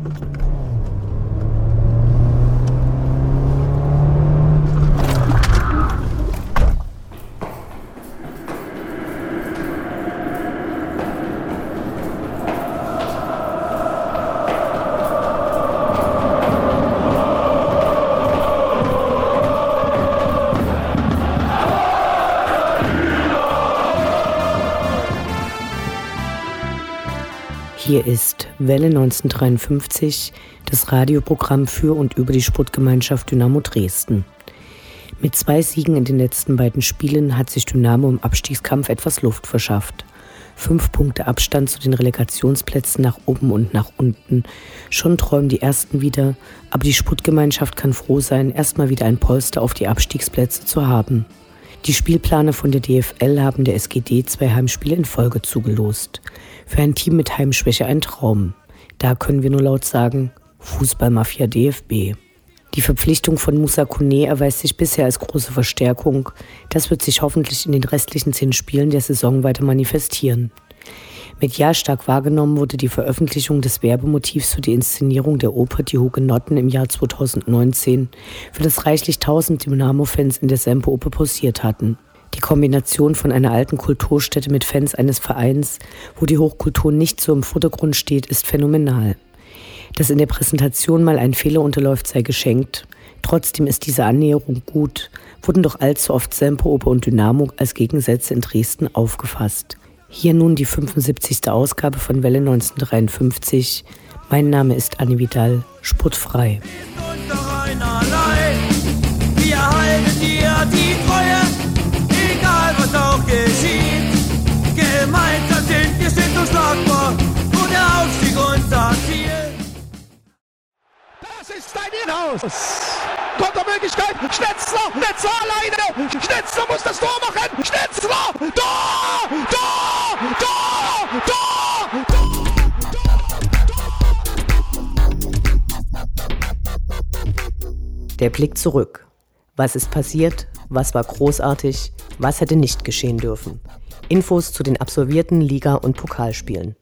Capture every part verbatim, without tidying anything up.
Hier ist Welle neunzehnhundertdreiundfünfzig, das Radioprogramm für und über die Sportgemeinschaft Dynamo Dresden. Mit zwei Siegen in den letzten beiden Spielen hat sich Dynamo im Abstiegskampf etwas Luft verschafft. Fünf Punkte Abstand zu den Relegationsplätzen nach oben und nach unten. Schon träumen die Ersten wieder, aber die Sportgemeinschaft kann froh sein, erstmal wieder ein Polster auf die Abstiegsplätze zu haben. Die Spielplaner von der D F L haben der S G D zwei Heimspiele in Folge zugelost. Für ein Team mit Heimschwäche ein Traum. Da können wir nur laut sagen, Fußballmafia D F B. Die Verpflichtung von Moussa Kone erweist sich bisher als große Verstärkung. Das wird sich hoffentlich in den restlichen zehn Spielen der Saison weiter manifestieren. Medial stark wahrgenommen wurde die Veröffentlichung des Werbemotivs für die Inszenierung der Oper Die Hugenotten im Jahr zweitausendneunzehn, für das reichlich tausend Dynamo-Fans in der Semperoper pausiert hatten. Die Kombination von einer alten Kulturstätte mit Fans eines Vereins, wo die Hochkultur nicht so im Vordergrund steht, ist phänomenal. Dass in der Präsentation mal ein Fehler unterläuft, sei geschenkt. Trotzdem ist diese Annäherung gut, wurden doch allzu oft Semperoper und Dynamo als Gegensätze in Dresden aufgefasst. Hier nun die fünfundsiebzigste Ausgabe von Welle neunzehnhundertdreiundfünfzig. Mein Name ist Anni Vidal, sportfrei. Wir halten dir die Treue, egal was auch geschieht. Gemeinsam sind wir sind unschlagbar und der Aufstieg unser Ziel. Das ist dein Inhouse. Kontermöglichkeit, Schnetzler, Schnetzler alleine, Schnetzler muss das Tor machen, Schnetzler, Tor, Tor, Tor, Tor, Tor, Der Blick zurück. Was ist passiert? Was war großartig? Was hätte nicht geschehen dürfen? Infos zu den absolvierten Liga- und Pokalspielen.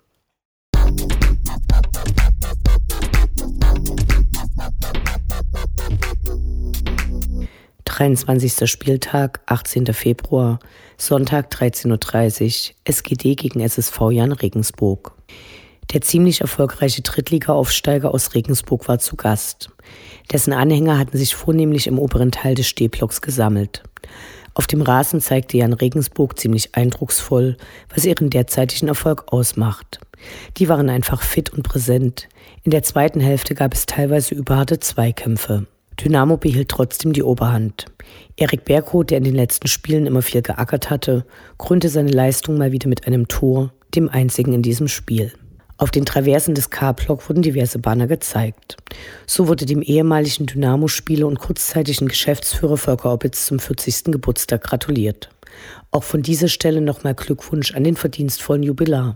dreiundzwanzigster Spieltag, achtzehnter Februar, Sonntag dreizehn Uhr dreißig, S G D gegen S S V Jan Regensburg. Der ziemlich erfolgreiche Drittliga-Aufsteiger aus Regensburg war zu Gast. Dessen Anhänger hatten sich vornehmlich im oberen Teil des Stehblocks gesammelt. Auf dem Rasen zeigte Jan Regensburg ziemlich eindrucksvoll, was ihren derzeitigen Erfolg ausmacht. Die waren einfach fit und präsent. In der zweiten Hälfte gab es teilweise überharte Zweikämpfe. Dynamo behielt trotzdem die Oberhand. Erik Berghout, der in den letzten Spielen immer viel geackert hatte, krönte seine Leistung mal wieder mit einem Tor, dem einzigen in diesem Spiel. Auf den Traversen des K-Block wurden diverse Banner gezeigt. So wurde dem ehemaligen Dynamo-Spieler und kurzzeitigen Geschäftsführer Volker Oppitz zum vierzigsten Geburtstag gratuliert. Auch von dieser Stelle nochmal Glückwunsch an den verdienstvollen Jubilar.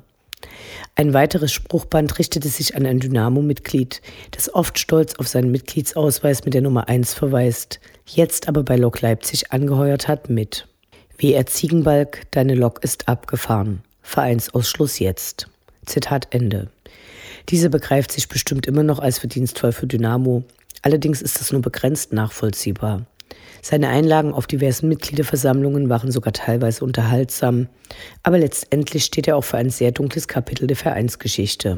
Ein weiteres Spruchband richtete sich an ein Dynamo-Mitglied, das oft stolz auf seinen Mitgliedsausweis mit der Nummer eins verweist, jetzt aber bei Lok Leipzig angeheuert hat mit: W R Ziegenbalg, deine Lok ist abgefahren. Vereinsausschluss jetzt. Zitat Ende. Dieser begreift sich bestimmt immer noch als verdienstvoll für Dynamo, allerdings ist das nur begrenzt nachvollziehbar. Seine Einlagen auf diversen Mitgliederversammlungen waren sogar teilweise unterhaltsam, aber letztendlich steht er auch für ein sehr dunkles Kapitel der Vereinsgeschichte.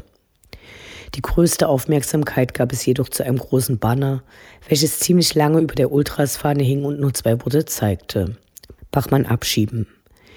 Die größte Aufmerksamkeit gab es jedoch zu einem großen Banner, welches ziemlich lange über der Ultras-Fahne hing und nur zwei Worte zeigte: Bachmann abschieben.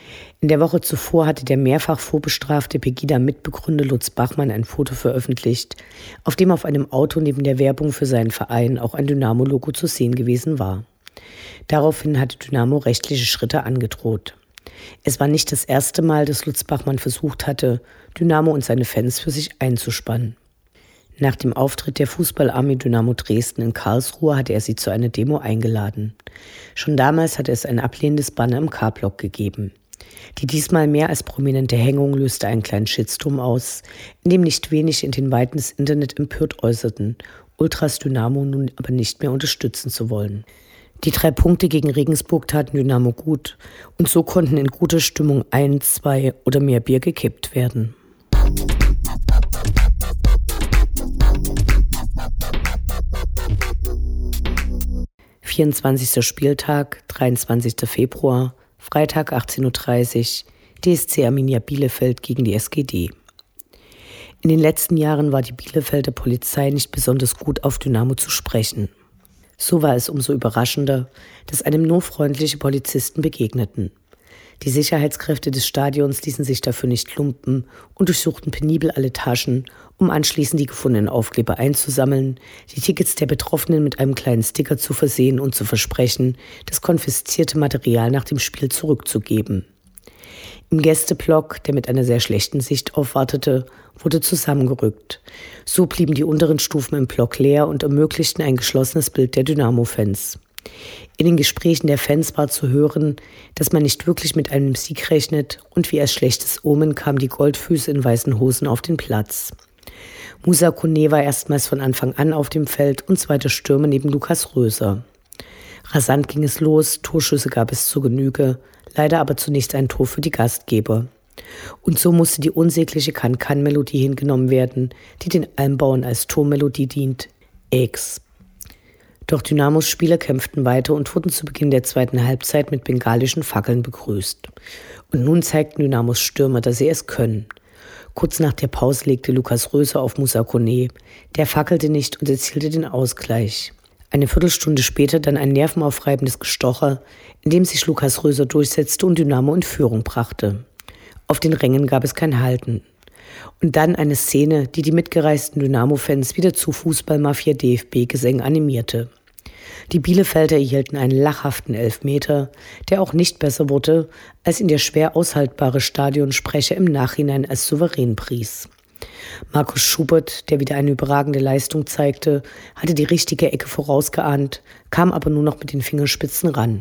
In der Woche zuvor hatte der mehrfach vorbestrafte Pegida-Mitbegründer Lutz Bachmann ein Foto veröffentlicht, auf dem auf einem Auto neben der Werbung für seinen Verein auch ein Dynamo-Logo zu sehen gewesen war. Daraufhin hatte Dynamo rechtliche Schritte angedroht. Es war nicht das erste Mal, dass Lutz Bachmann versucht hatte, Dynamo und seine Fans für sich einzuspannen. Nach dem Auftritt der Fußballarmee Dynamo Dresden in Karlsruhe hatte er sie zu einer Demo eingeladen. Schon damals hatte es ein ablehnendes Banner im K-Block gegeben. Die diesmal mehr als prominente Hängung löste einen kleinen Shitstorm aus, in dem nicht wenig in den Weiten des Internet empört äußerten, Ultras Dynamo nun aber nicht mehr unterstützen zu wollen. Die drei Punkte gegen Regensburg taten Dynamo gut und so konnten in guter Stimmung ein, zwei oder mehr Bier gekippt werden. vierundzwanzigster Spieltag, dreiundzwanzigster Februar, Freitag achtzehn Uhr dreißig, D S C Arminia Bielefeld gegen die S G D. In den letzten Jahren war die Bielefelder Polizei nicht besonders gut auf Dynamo zu sprechen. So war es umso überraschender, dass einem nur freundliche Polizisten begegneten. Die Sicherheitskräfte des Stadions ließen sich dafür nicht lumpen und durchsuchten penibel alle Taschen, um anschließend die gefundenen Aufkleber einzusammeln, die Tickets der Betroffenen mit einem kleinen Sticker zu versehen und zu versprechen, das konfiszierte Material nach dem Spiel zurückzugeben. Im Gästeblock, der mit einer sehr schlechten Sicht aufwartete, wurde zusammengerückt. So blieben die unteren Stufen im Block leer und ermöglichten ein geschlossenes Bild der Dynamo-Fans. In den Gesprächen der Fans war zu hören, dass man nicht wirklich mit einem Sieg rechnet und wie als schlechtes Omen kamen die Goldfüße in weißen Hosen auf den Platz. Moussa Kone war erstmals von Anfang an auf dem Feld und zweiter Stürmer neben Lukas Röser. Rasant ging es los, Torschüsse gab es zur Genüge, leider aber zunächst ein Tor für die Gastgeber. Und so musste die unsägliche Kann-Kann-Melodie hingenommen werden, die den Almbauern als Tormelodie dient, X. Doch Dynamos Spieler kämpften weiter und wurden zu Beginn der zweiten Halbzeit mit bengalischen Fackeln begrüßt. Und nun zeigten Dynamos Stürmer, dass sie es können. Kurz nach der Pause legte Lukas Röser auf Moussa Kone. Der fackelte nicht und erzielte den Ausgleich. Eine Viertelstunde später dann ein nervenaufreibendes Gestocher, in dem sich Lukas Röser durchsetzte und Dynamo in Führung brachte. Auf den Rängen gab es kein Halten. Und dann eine Szene, die die mitgereisten Dynamo-Fans wieder zu Fußballmafia-D F B-Gesängen animierte. Die Bielefelder erhielten einen lachhaften Elfmeter, der auch nicht besser wurde, als ihn der schwer aushaltbare Stadionsprecher im Nachhinein als souverän pries. Markus Schubert, der wieder eine überragende Leistung zeigte, hatte die richtige Ecke vorausgeahnt, kam aber nur noch mit den Fingerspitzen ran.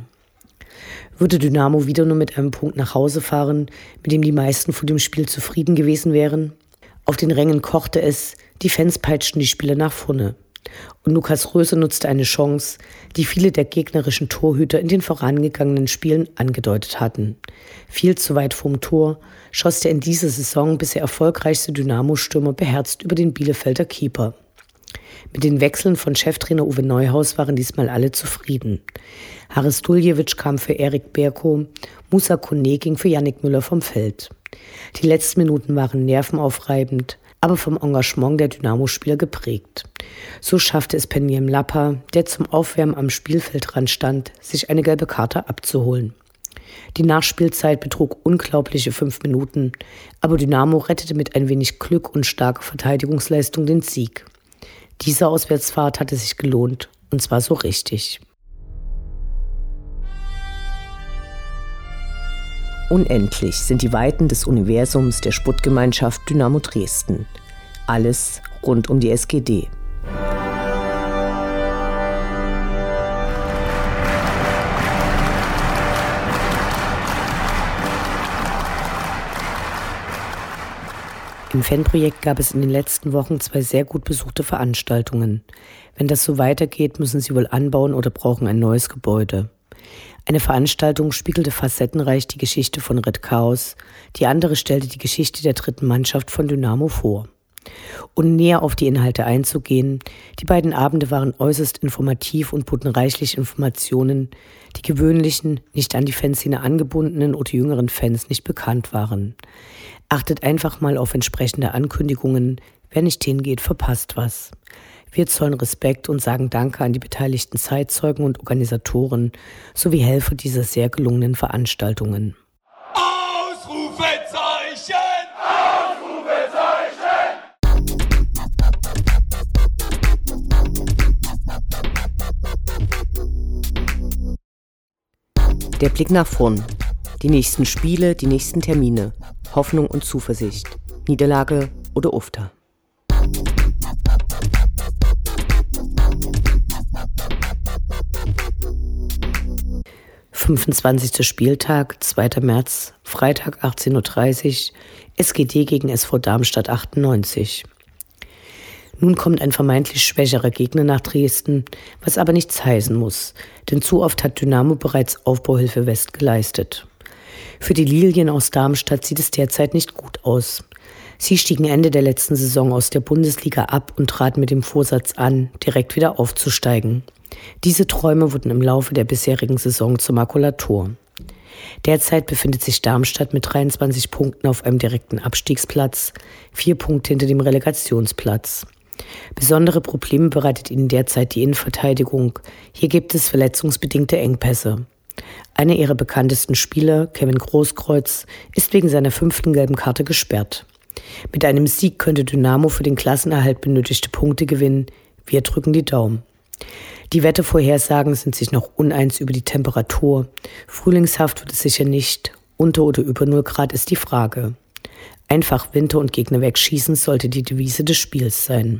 Würde Dynamo wieder nur mit einem Punkt nach Hause fahren, mit dem die meisten vor dem Spiel zufrieden gewesen wären? Auf den Rängen kochte es, die Fans peitschten die Spieler nach vorne. Und Lukas Röser nutzte eine Chance, die viele der gegnerischen Torhüter in den vorangegangenen Spielen angedeutet hatten. Viel zu weit vorm Tor schoss der in dieser Saison bisher erfolgreichste Dynamo-Stürmer beherzt über den Bielefelder Keeper. Mit den Wechseln von Cheftrainer Uwe Neuhaus waren diesmal alle zufrieden. Haris Duljevic kam für Erik Berko, Moussa Kone ging für Yannick Müller vom Feld. Die letzten Minuten waren nervenaufreibend, aber vom Engagement der Dynamo-Spieler geprägt. So schaffte es Peniem Lappa, der zum Aufwärmen am Spielfeldrand stand, sich eine gelbe Karte abzuholen. Die Nachspielzeit betrug unglaubliche fünf Minuten, aber Dynamo rettete mit ein wenig Glück und starker Verteidigungsleistung den Sieg. Diese Auswärtsfahrt hatte sich gelohnt, und zwar so richtig. Unendlich sind die Weiten des Universums der Sputtgemeinschaft Dynamo Dresden. Alles rund um die S G D. Im Fanprojekt gab es in den letzten Wochen zwei sehr gut besuchte Veranstaltungen. Wenn das so weitergeht, müssen sie wohl anbauen oder brauchen ein neues Gebäude. Eine Veranstaltung spiegelte facettenreich die Geschichte von Red Chaos, die andere stellte die Geschichte der dritten Mannschaft von Dynamo vor. Und näher auf die Inhalte einzugehen, die beiden Abende waren äußerst informativ und boten reichlich Informationen, die gewöhnlichen, nicht an die Fanszene angebundenen oder jüngeren Fans nicht bekannt waren. Achtet einfach mal auf entsprechende Ankündigungen, wer nicht hingeht, verpasst was. Wir zollen Respekt und sagen Danke an die beteiligten Zeitzeugen und Organisatoren sowie Helfer dieser sehr gelungenen Veranstaltungen. Ausrufezeichen! Ausrufezeichen! Der Blick nach vorn. Die nächsten Spiele, die nächsten Termine. Hoffnung und Zuversicht. Niederlage oder Ufter. fünfundzwanzigster Spieltag, zweiter März, Freitag achtzehn Uhr dreißig, S G D gegen S V Darmstadt achtundneunzig. Nun kommt ein vermeintlich schwächerer Gegner nach Dresden, was aber nichts heißen muss, denn zu oft hat Dynamo bereits Aufbauhilfe West geleistet. Für die Lilien aus Darmstadt sieht es derzeit nicht gut aus. Sie stiegen Ende der letzten Saison aus der Bundesliga ab und traten mit dem Vorsatz an, direkt wieder aufzusteigen. Diese Träume wurden im Laufe der bisherigen Saison zur Makulatur. Derzeit befindet sich Darmstadt mit dreiundzwanzig Punkten auf einem direkten Abstiegsplatz, vier Punkte hinter dem Relegationsplatz. Besondere Probleme bereitet ihnen derzeit die Innenverteidigung. Hier gibt es verletzungsbedingte Engpässe. Einer ihrer bekanntesten Spieler, Kevin Großkreuz, ist wegen seiner fünften gelben Karte gesperrt. Mit einem Sieg könnte Dynamo für den Klassenerhalt benötigte Punkte gewinnen. Wir drücken die Daumen. Die Wettervorhersagen sind sich noch uneins über die Temperatur. Frühlingshaft wird es sicher nicht. Unter oder über null Grad ist die Frage. Einfach Winter und Gegner wegschießen sollte die Devise des Spiels sein.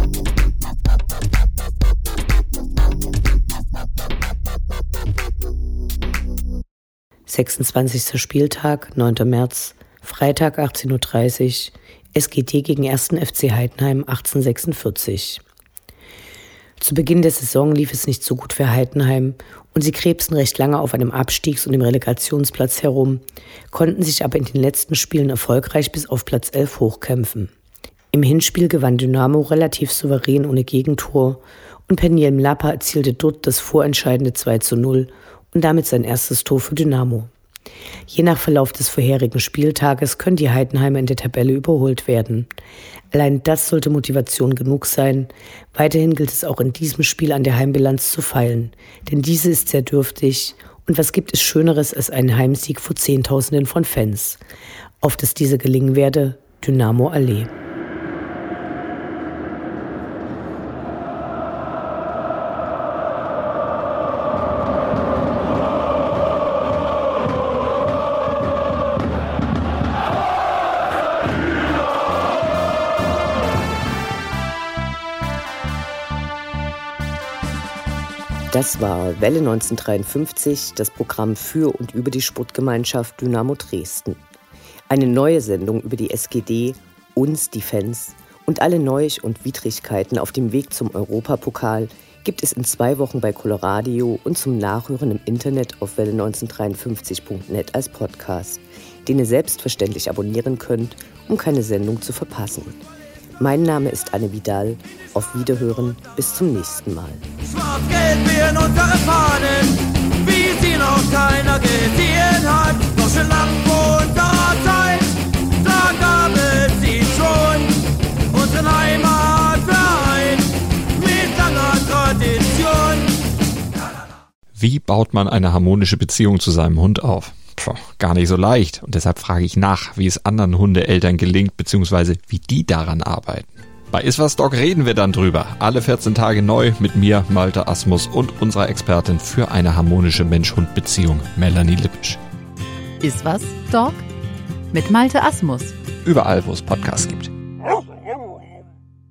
sechsundzwanzigster Spieltag, neunter März, Freitag achtzehn Uhr dreißig, S G D gegen ersten F C Heidenheim achtzehnhundertsechsundvierzig. Zu Beginn der Saison lief es nicht so gut für Heidenheim und sie krebsten recht lange auf einem Abstiegs- und dem Relegationsplatz herum, konnten sich aber in den letzten Spielen erfolgreich bis auf Platz elf hochkämpfen. Im Hinspiel gewann Dynamo relativ souverän ohne Gegentor und Peniel Mlapa erzielte dort das vorentscheidende zwei zu null und damit sein erstes Tor für Dynamo. Je nach Verlauf des vorherigen Spieltages können die Heidenheimer in der Tabelle überholt werden. Allein das sollte Motivation genug sein. Weiterhin gilt es auch in diesem Spiel an der Heimbilanz zu feilen, denn diese ist sehr dürftig. Und was gibt es Schöneres als einen Heimsieg vor Zehntausenden von Fans? Auf dass diese gelingen werde, Dynamo Allee. Das war Welle neunzehnhundertdreiundfünfzig, das Programm für und über die Sportgemeinschaft Dynamo Dresden. Eine neue Sendung über die S G D, uns, die Fans und alle Neuigkeiten und Widrigkeiten auf dem Weg zum Europapokal gibt es in zwei Wochen bei Coloradio und zum Nachhören im Internet auf welle neunzehnhundertdreiundfünfzig punkt net als Podcast, den ihr selbstverständlich abonnieren könnt, um keine Sendung zu verpassen. Mein Name ist Anne Vidal. Auf Wiederhören. Bis zum nächsten Mal. Schwarz-Gelb werden unsere Fahnen, wie sie noch keiner gesehen hat. Doch schon lang vor unserer Zeit, da gab es sie schon. Unseren Heimatverein mit langer Tradition. Wie baut man eine harmonische Beziehung zu seinem Hund auf? Puh, gar nicht so leicht. Und deshalb frage ich nach, wie es anderen Hundeeltern gelingt, beziehungsweise wie die daran arbeiten. Bei Iswas Dog reden wir dann drüber. Alle vierzehn Tage neu mit mir, Malte Asmus und unserer Expertin für eine harmonische Mensch-Hund-Beziehung, Melanie Lippisch. Iswas Dog mit Malte Asmus. Überall, wo es Podcasts gibt.